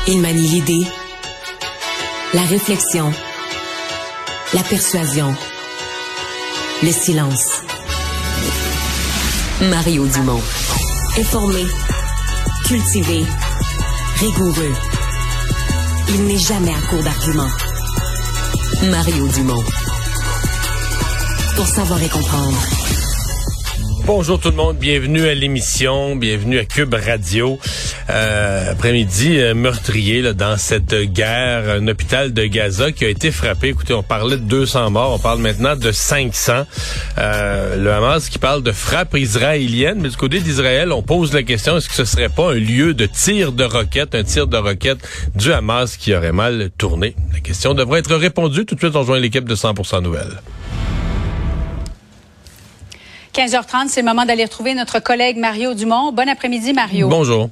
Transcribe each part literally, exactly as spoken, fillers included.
Il manie l'idée, la réflexion, la persuasion, le silence. Mario Dumont. Informé, cultivé, rigoureux. Il n'est jamais à court d'arguments. Mario Dumont. Pour savoir et comprendre. Bonjour tout le monde, bienvenue à l'émission, bienvenue à Cube Radio. Euh, après-midi euh, meurtrier là, dans cette guerre, un hôpital de Gaza qui a été frappé. Écoutez, on parlait de deux cents morts, on parle maintenant de cinq cents. Euh, le Hamas qui parle de frappe israélienne, mais du côté d'Israël, on pose la question, est-ce que ce serait pas un lieu de tir de roquettes, un tir de roquettes du Hamas qui aurait mal tourné? La question devrait être répondue. Tout de suite, on rejoint l'équipe de cent pour cent Nouvelles. quinze heures trente, c'est le moment d'aller retrouver notre collègue Mario Dumont. Bon après-midi, Mario. Bonjour.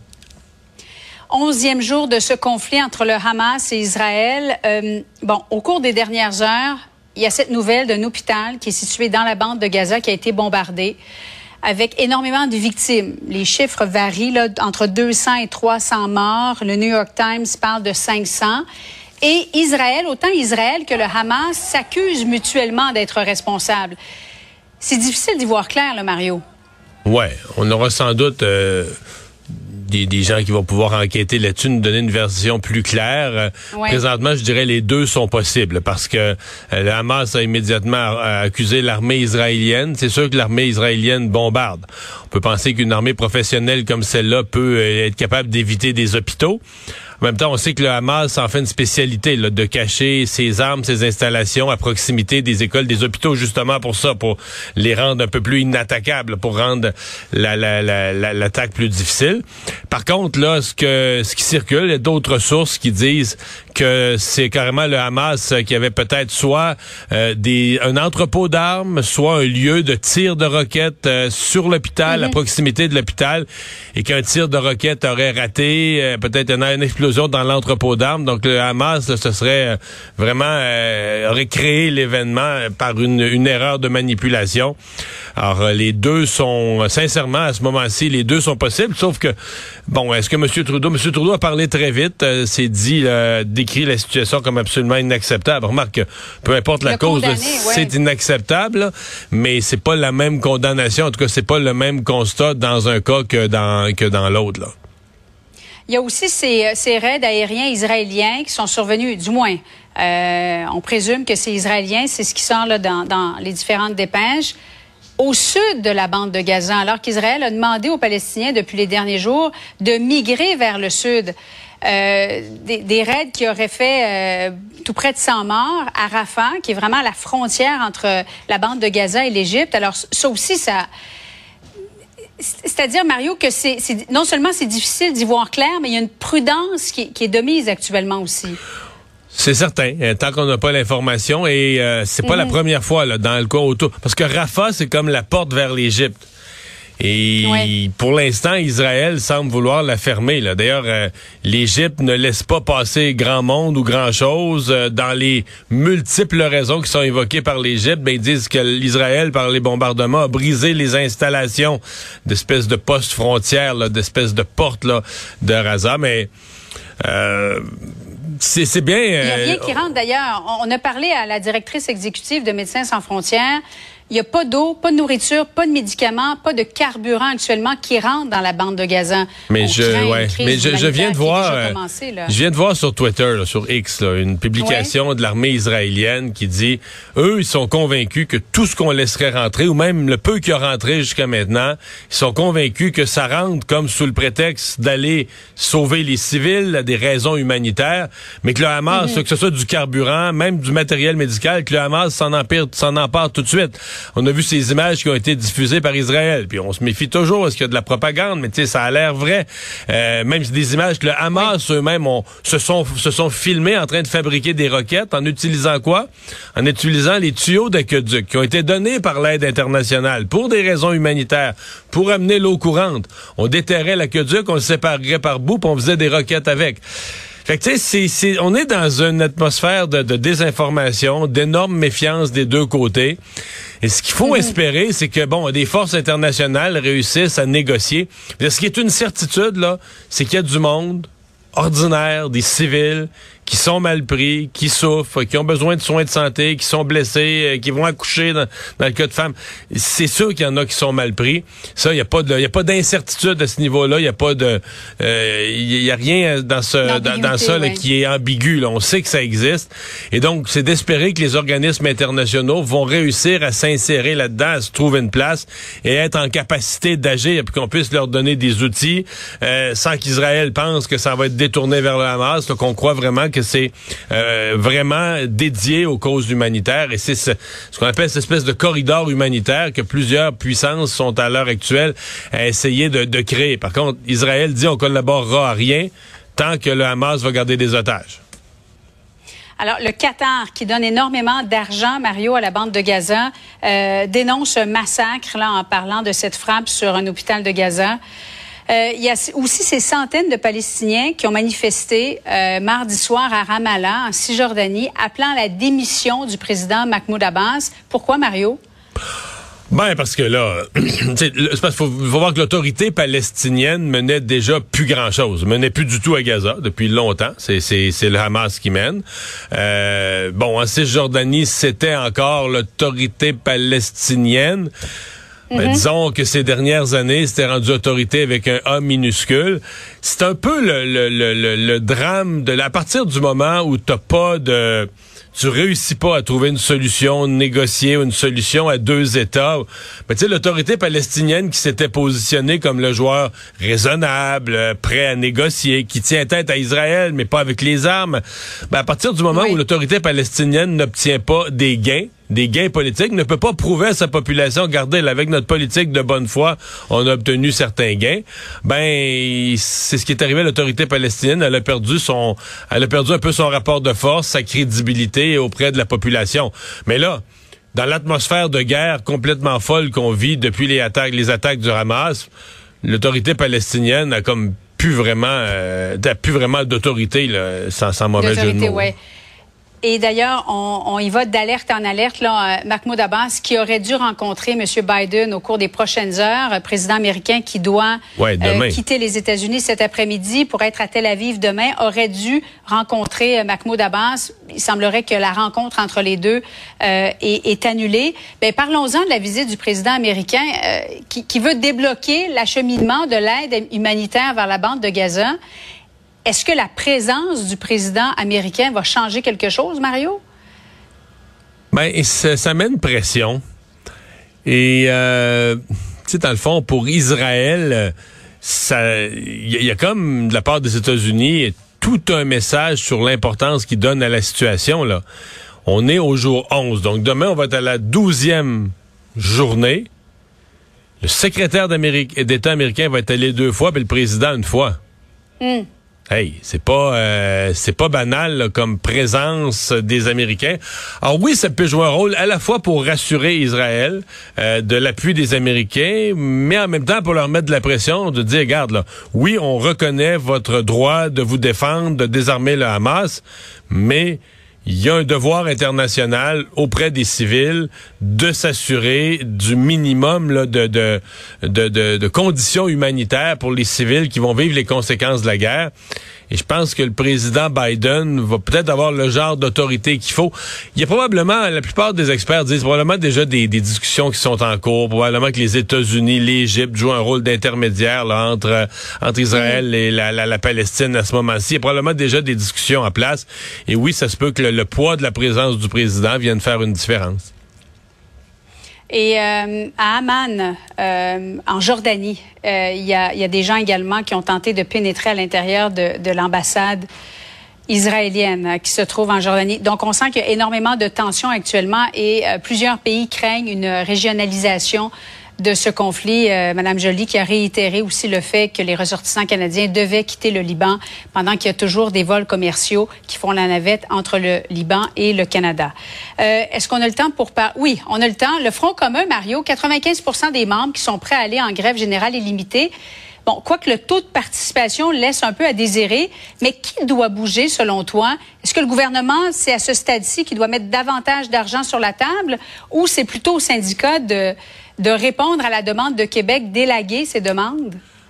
Onzième jour de ce conflit entre le Hamas et Israël. Euh, bon, au cours des dernières heures, il y a cette nouvelle d'un hôpital qui est situé dans la bande de Gaza qui a été bombardé avec énormément de victimes. Les chiffres varient là, entre deux cents et trois cents morts. Le New York Times parle de cinq cents. Et Israël, autant Israël que le Hamas s'accusent mutuellement d'être responsables. C'est difficile d'y voir clair, là, Mario. Ouais, on aura sans doute euh, des, des gens qui vont pouvoir enquêter là-dessus, nous donner une version plus claire. Ouais. Présentement, je dirais les deux sont possibles parce que euh, le Hamas a immédiatement accusé l'armée israélienne. C'est sûr que l'armée israélienne bombarde. On peut penser qu'une armée professionnelle comme celle-là peut euh, être capable d'éviter des hôpitaux. En même temps, on sait que le Hamas en fait une spécialité là, de cacher ses armes, ses installations à proximité des écoles, des hôpitaux, justement pour ça, pour les rendre un peu plus inattaquables, pour rendre la, la, la, la, l'attaque plus difficile. Par contre, là, ce que ce qui circule, il y a d'autres sources qui disent que c'est carrément le Hamas qui avait peut-être soit euh, des un entrepôt d'armes, soit un lieu de tir de roquettes euh, sur l'hôpital, mm-hmm. à proximité de l'hôpital, et qu'un tir de roquette aurait raté, euh, peut-être une, une explosion dans l'entrepôt d'armes. Donc le Hamas, là, ce serait euh, vraiment euh, aurait créé l'événement par une, une erreur de manipulation. Alors euh, les deux sont, sincèrement, à ce moment-ci, les deux sont possibles, sauf que, bon, est-ce que M. Trudeau, M. Trudeau a parlé très vite, euh, s'est dit, euh, décrit la situation comme absolument inacceptable. Remarque que peu importe la cause, là, c'est ouais. inacceptable, là, mais c'est pas la même condamnation, en tout cas, c'est pas le même constat dans un cas que dans, que dans l'autre, là. Il y a aussi ces, ces raids aériens israéliens qui sont survenus, du moins, euh, on présume que c'est israélien, c'est ce qui sort là, dans, dans les différentes dépêches, au sud de la bande de Gaza, alors qu'Israël a demandé aux Palestiniens depuis les derniers jours de migrer vers le sud. Euh, des, des raids qui auraient fait euh, tout près de cent morts à Rafah, qui est vraiment à la frontière entre la bande de Gaza et l'Égypte. Alors ça aussi, ça... C'est-à-dire, Mario, que c'est, c'est non seulement c'est difficile d'y voir clair, mais il y a une prudence qui, qui est de mise actuellement aussi. C'est certain, tant qu'on n'a pas l'information, et euh, c'est pas mm-hmm. la première fois là dans le cas autour, parce que Rafah, c'est comme la porte vers l'Égypte. Et oui. pour l'instant, Israël semble vouloir la fermer. Là. D'ailleurs, euh, l'Égypte ne laisse pas passer grand monde ou grand-chose. Euh, dans les multiples raisons qui sont évoquées par l'Égypte, ben, ils disent que l'Israël, par les bombardements, a brisé les installations d'espèces de postes frontières, là, d'espèces de portes là, de Gaza. Mais euh, c'est, c'est bien... Il n'y a rien qui rentre, d'ailleurs. On a parlé à la directrice exécutive de Médecins sans frontières. Il n'y a pas d'eau, pas de nourriture, pas de médicaments, pas de carburant actuellement qui rentre dans la bande de Gaza. Mais je, ouais. Mais je, je viens de voir, euh, commencé, je viens de voir sur Twitter, là, sur X, là, une publication ouais. de l'armée israélienne qui dit, eux, ils sont convaincus que tout ce qu'on laisserait rentrer, ou même le peu qui a rentré jusqu'à maintenant, ils sont convaincus que ça rentre comme sous le prétexte d'aller sauver les civils à des raisons humanitaires, mais que le Hamas, mm-hmm. que ce soit du carburant, même du matériel médical, que le Hamas s'en empire, s'en empare tout de suite. On a vu ces images qui ont été diffusées par Israël, puis on se méfie toujours, est-ce qu'il y a de la propagande, mais tu sais, ça a l'air vrai. Euh, même des images que le Hamas oui. eux-mêmes ont, se sont se sont filmés en train de fabriquer des roquettes en utilisant quoi? En utilisant les tuyaux d'aqueduc qui ont été donnés par l'aide internationale pour des raisons humanitaires, pour amener l'eau courante. On déterrait l'aqueduc, on le séparerait par bout, puis on faisait des roquettes avec. Fait que tu sais, c'est, c'est, on est dans une atmosphère de, de désinformation, d'énorme méfiance des deux côtés. Et ce qu'il faut mmh. espérer, c'est que, bon, des forces internationales réussissent à négocier. Mais ce qui est une certitude, là, c'est qu'il y a du monde ordinaires, des civils qui sont mal pris, qui souffrent, qui ont besoin de soins de santé, qui sont blessés, qui vont accoucher dans, dans le cas de femmes. C'est sûr qu'il y en a qui sont mal pris. Ça, il y a pas de, il y a pas d'incertitude à ce niveau-là. Il y a pas de, il euh, y, y a rien dans ce, dans, dans ça là, ouais. qui est ambigu. Là. On sait que ça existe, et donc c'est d'espérer que les organismes internationaux vont réussir à s'insérer là-dedans, à se trouver une place et être en capacité d'agir, puis qu'on puisse leur donner des outils euh, sans qu'Israël pense que ça va être détourné vers le Hamas. Donc on croit vraiment que c'est euh, vraiment dédié aux causes humanitaires, et c'est ce, ce qu'on appelle cette espèce de corridor humanitaire que plusieurs puissances sont à l'heure actuelle à essayer de, de créer. Par contre, Israël dit on collaborera à rien tant que le Hamas va garder des otages. Alors, le Qatar, qui donne énormément d'argent, Mario, à la bande de Gaza, euh, dénonce un massacre là, en parlant de cette frappe sur un hôpital de Gaza. Euh, il y a aussi ces centaines de Palestiniens qui ont manifesté euh, mardi soir à Ramallah, en Cisjordanie, appelant à la démission du président Mahmoud Abbas. Pourquoi, Mario? Ben, parce que là, c'est parce qu'il faut, faut voir que l'autorité palestinienne menait déjà plus grand-chose. Menait plus du tout à Gaza depuis longtemps. C'est, c'est, c'est le Hamas qui mène. Euh, bon, en Cisjordanie, c'était encore l'autorité palestinienne. Ben, mm-hmm. Disons que ces dernières années, c'était rendu autorité avec un A minuscule. C'est un peu le, le, le, le, le drame de... À partir du moment où t'as pas de... Tu réussis pas à trouver une solution négociée ou une solution à deux États. Ben, tu sais, l'autorité palestinienne qui s'était positionnée comme le joueur raisonnable, prêt à négocier, qui tient tête à Israël, mais pas avec les armes. Ben, à partir du moment oui. où l'autorité palestinienne n'obtient pas des gains, des gains politiques, ne peut pas prouver à sa population, regardez, là, avec notre politique de bonne foi, on a obtenu certains gains. Ben, c'est ce qui est arrivé à l'autorité palestinienne. Elle a perdu son, elle a perdu un peu son rapport de force, sa crédibilité auprès de la population. Mais là, dans l'atmosphère de guerre complètement folle qu'on vit depuis les attaques, les attaques du Hamas, l'autorité palestinienne a comme plus vraiment, euh, plus vraiment d'autorité, là, sans, sans mauvais jeu de mots. Ouais. Et d'ailleurs, on, on y va d'alerte en alerte. Là, euh, Mahmoud Abbas, qui aurait dû rencontrer M. Biden au cours des prochaines heures, président américain qui doit ouais, euh, quitter les États-Unis cet après-midi pour être à Tel Aviv demain, aurait dû rencontrer euh, Mahmoud Abbas. Il semblerait que la rencontre entre les deux euh, est, est annulée. Ben, parlons-en de la visite du président américain euh, qui, qui veut débloquer l'acheminement de l'aide humanitaire vers la bande de Gaza. Est-ce que la présence du président américain va changer quelque chose, Mario? Ben, ça, ça met une pression. Et, euh, tu sais, dans le fond, pour Israël, ça, il y, y a comme, de la part des États-Unis, tout un message sur l'importance qu'ils donnent à la situation, là. On est au jour onze. Donc, demain, on va être à la douzième journée. Le secrétaire d'État américain va être allé deux fois, puis le président une fois. Mm. Hey, c'est pas euh, c'est pas banal là, comme présence des Américains. Alors oui, ça peut jouer un rôle à la fois pour rassurer Israël euh, de l'appui des Américains, mais en même temps pour leur mettre de la pression, de dire, regarde là, oui, on reconnaît votre droit de vous défendre, de désarmer le Hamas, mais il y a un devoir international auprès des civils de s'assurer du minimum là, de, de, de, de, de conditions humanitaires pour les civils qui vont vivre les conséquences de la guerre. Et je pense que le président Biden va peut-être avoir le genre d'autorité qu'il faut. Il y a probablement, la plupart des experts disent probablement déjà des, des discussions qui sont en cours, probablement que les États-Unis, l'Égypte jouent un rôle d'intermédiaire là, entre, entre Israël mmh. et la, la, la Palestine à ce moment-ci. Il y a probablement déjà des discussions en place. Et oui, ça se peut que le, le poids de la présence du président vienne faire une différence. Et euh, à Amman, euh, en Jordanie, euh, il y a, y a des gens également qui ont tenté de pénétrer à l'intérieur de, de l'ambassade israélienne euh, qui se trouve en Jordanie. Donc, on sent qu'il y a énormément de tensions actuellement et euh, plusieurs pays craignent une régionalisation de ce conflit. Euh, Madame Joly qui a réitéré aussi le fait que les ressortissants canadiens devaient quitter le Liban pendant qu'il y a toujours des vols commerciaux qui font la navette entre le Liban et le Canada. Euh, est-ce qu'on a le temps pour parler? Oui, on a le temps. Le Front commun, Mario, quatre-vingt-quinze pour cent des membres qui sont prêts à aller en grève générale illimitée. Bon, quoique le taux de participation laisse un peu à désirer, mais qui doit bouger selon toi? Est-ce que le gouvernement, c'est à ce stade-ci qui doit mettre davantage d'argent sur la table ou c'est plutôt au syndicat de, de répondre à la demande de Québec d'élaguer ses demandes?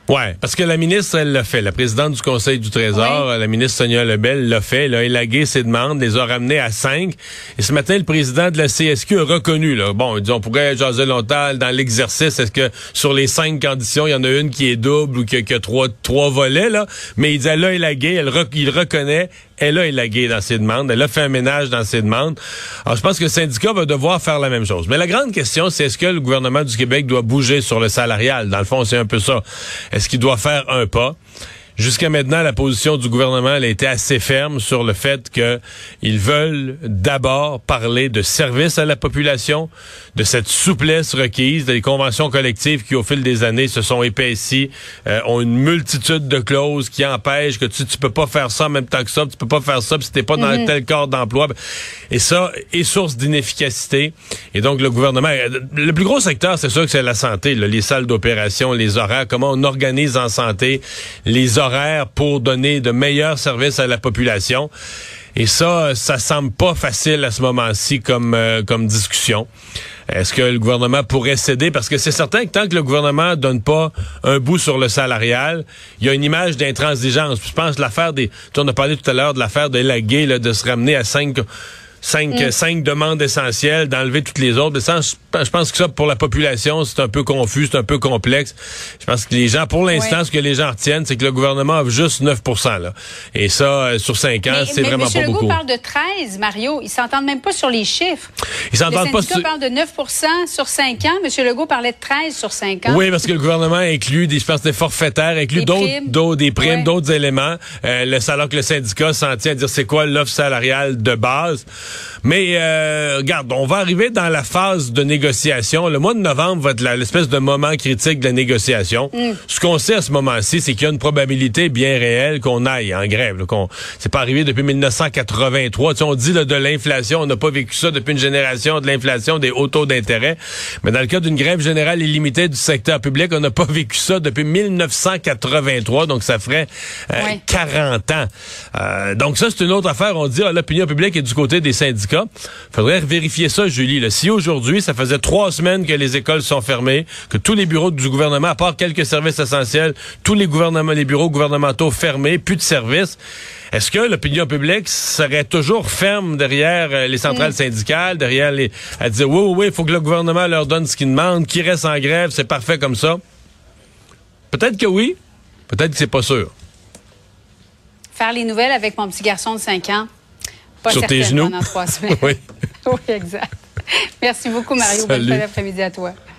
Ouais, parce que la ministre, elle l'a fait. La présidente du Conseil du Trésor, oui. la ministre Sonia Lebel, l'a fait. Elle a élagué ses demandes, les a ramenées à cinq. Et ce matin, le président de la C S Q a reconnu, là. Bon, il dit, on pourrait jaser longtemps dans l'exercice. Est-ce que sur les cinq conditions, il y en a une qui est double ou qui a, qui a trois, trois volets, là? Mais il dit, elle a élagué, elle rec- il reconnaît. Elle a élagué dans ses demandes. Elle a fait un ménage dans ses demandes. Alors, je pense que le syndicat va devoir faire la même chose. Mais la grande question, c'est est-ce que le gouvernement du Québec doit bouger sur le salarial? Dans le fond, c'est un peu ça. Est-ce qu'il doit faire un pas? Jusqu'à maintenant, la position du gouvernement elle a été assez ferme sur le fait qu'ils veulent d'abord parler de service à la population, de cette souplesse requise, des conventions collectives qui, au fil des années, se sont épaissies, euh, ont une multitude de clauses qui empêchent que tu tu peux pas faire ça en même temps que ça, tu peux pas faire ça si t'es pas dans mm-hmm. tel corps d'emploi. Et ça est source d'inefficacité. Et donc, le gouvernement... Le plus gros secteur, c'est sûr que c'est la santé, là, les salles d'opération, les horaires, comment on organise en santé les horaires pour donner de meilleurs services à la population. Et ça, ça semble pas facile à ce moment-ci comme euh, comme discussion. Est-ce que le gouvernement pourrait céder? Parce que c'est certain que tant que le gouvernement donne pas un bout sur le salarial, il y a une image d'intransigeance. Je pense que l'affaire des... Tu en as parlé tout à l'heure de l'affaire de Lagué, là, de se ramener à cinq... Cinq, mm. cinq demandes essentielles, d'enlever toutes les autres. Mais ça, je pense que ça, pour la population, c'est un peu confus, c'est un peu complexe. Je pense que les gens, pour l'instant, ouais. ce que les gens retiennent, c'est que le gouvernement a juste neuf pour cent, là. Et ça, sur cinq ans, mais, c'est mais vraiment pas beaucoup. M. Legault parle de treize, Mario. Ils s'entendent même pas sur les chiffres. Ils s'entendent pas sur... Le syndicat parle de neuf pour cent sur cinq ans. M. Legault parlait de treize sur cinq ans. Oui, parce que le gouvernement inclut des, je pense, des forfaitaires, inclut des d'autres, primes, d'autres, des primes, ouais. d'autres éléments. Euh, le, alors que le syndicat s'en tient à dire c'est quoi l'offre salariale de base. Mais, euh, regarde, on va arriver dans la phase de négociation. Le mois de novembre va être la, l'espèce de moment critique de la négociation. Mm. Ce qu'on sait à ce moment-ci, c'est qu'il y a une probabilité bien réelle qu'on aille en grève. Là, qu'on, c'est pas arrivé depuis dix-neuf cent quatre-vingt-trois. Tu sais, on dit là, de l'inflation, on n'a pas vécu ça depuis une génération, de l'inflation, des hauts taux d'intérêt. Mais dans le cas d'une grève générale illimitée du secteur public, on n'a pas vécu ça depuis dix-neuf cent quatre-vingt-trois. Donc, ça ferait euh, ouais. quarante ans. Euh, donc, ça, c'est une autre affaire. On dit, ah, l'opinion publique est du côté des syndicats. Faudrait vérifier ça, Julie. Là. Si aujourd'hui, ça faisait trois semaines que les écoles sont fermées, que tous les bureaux du gouvernement, à part quelques services essentiels, tous les gouvernements, les bureaux gouvernementaux fermés, plus de services, est-ce que l'opinion publique serait toujours ferme derrière euh, les centrales mmh. syndicales, derrière les... à dire oui, oui, oui, il faut que le gouvernement leur donne ce qu'ils demandent, qu'ils restent en grève, c'est parfait comme ça? Peut-être que oui, peut-être que c'est pas sûr. Faire les nouvelles avec mon petit garçon de cinq ans. Pas sur tes genoux. Pendant trois semaines. Oui. Oui, exact. Merci beaucoup, Mario. Salut. Bonne fin d'après-midi à toi.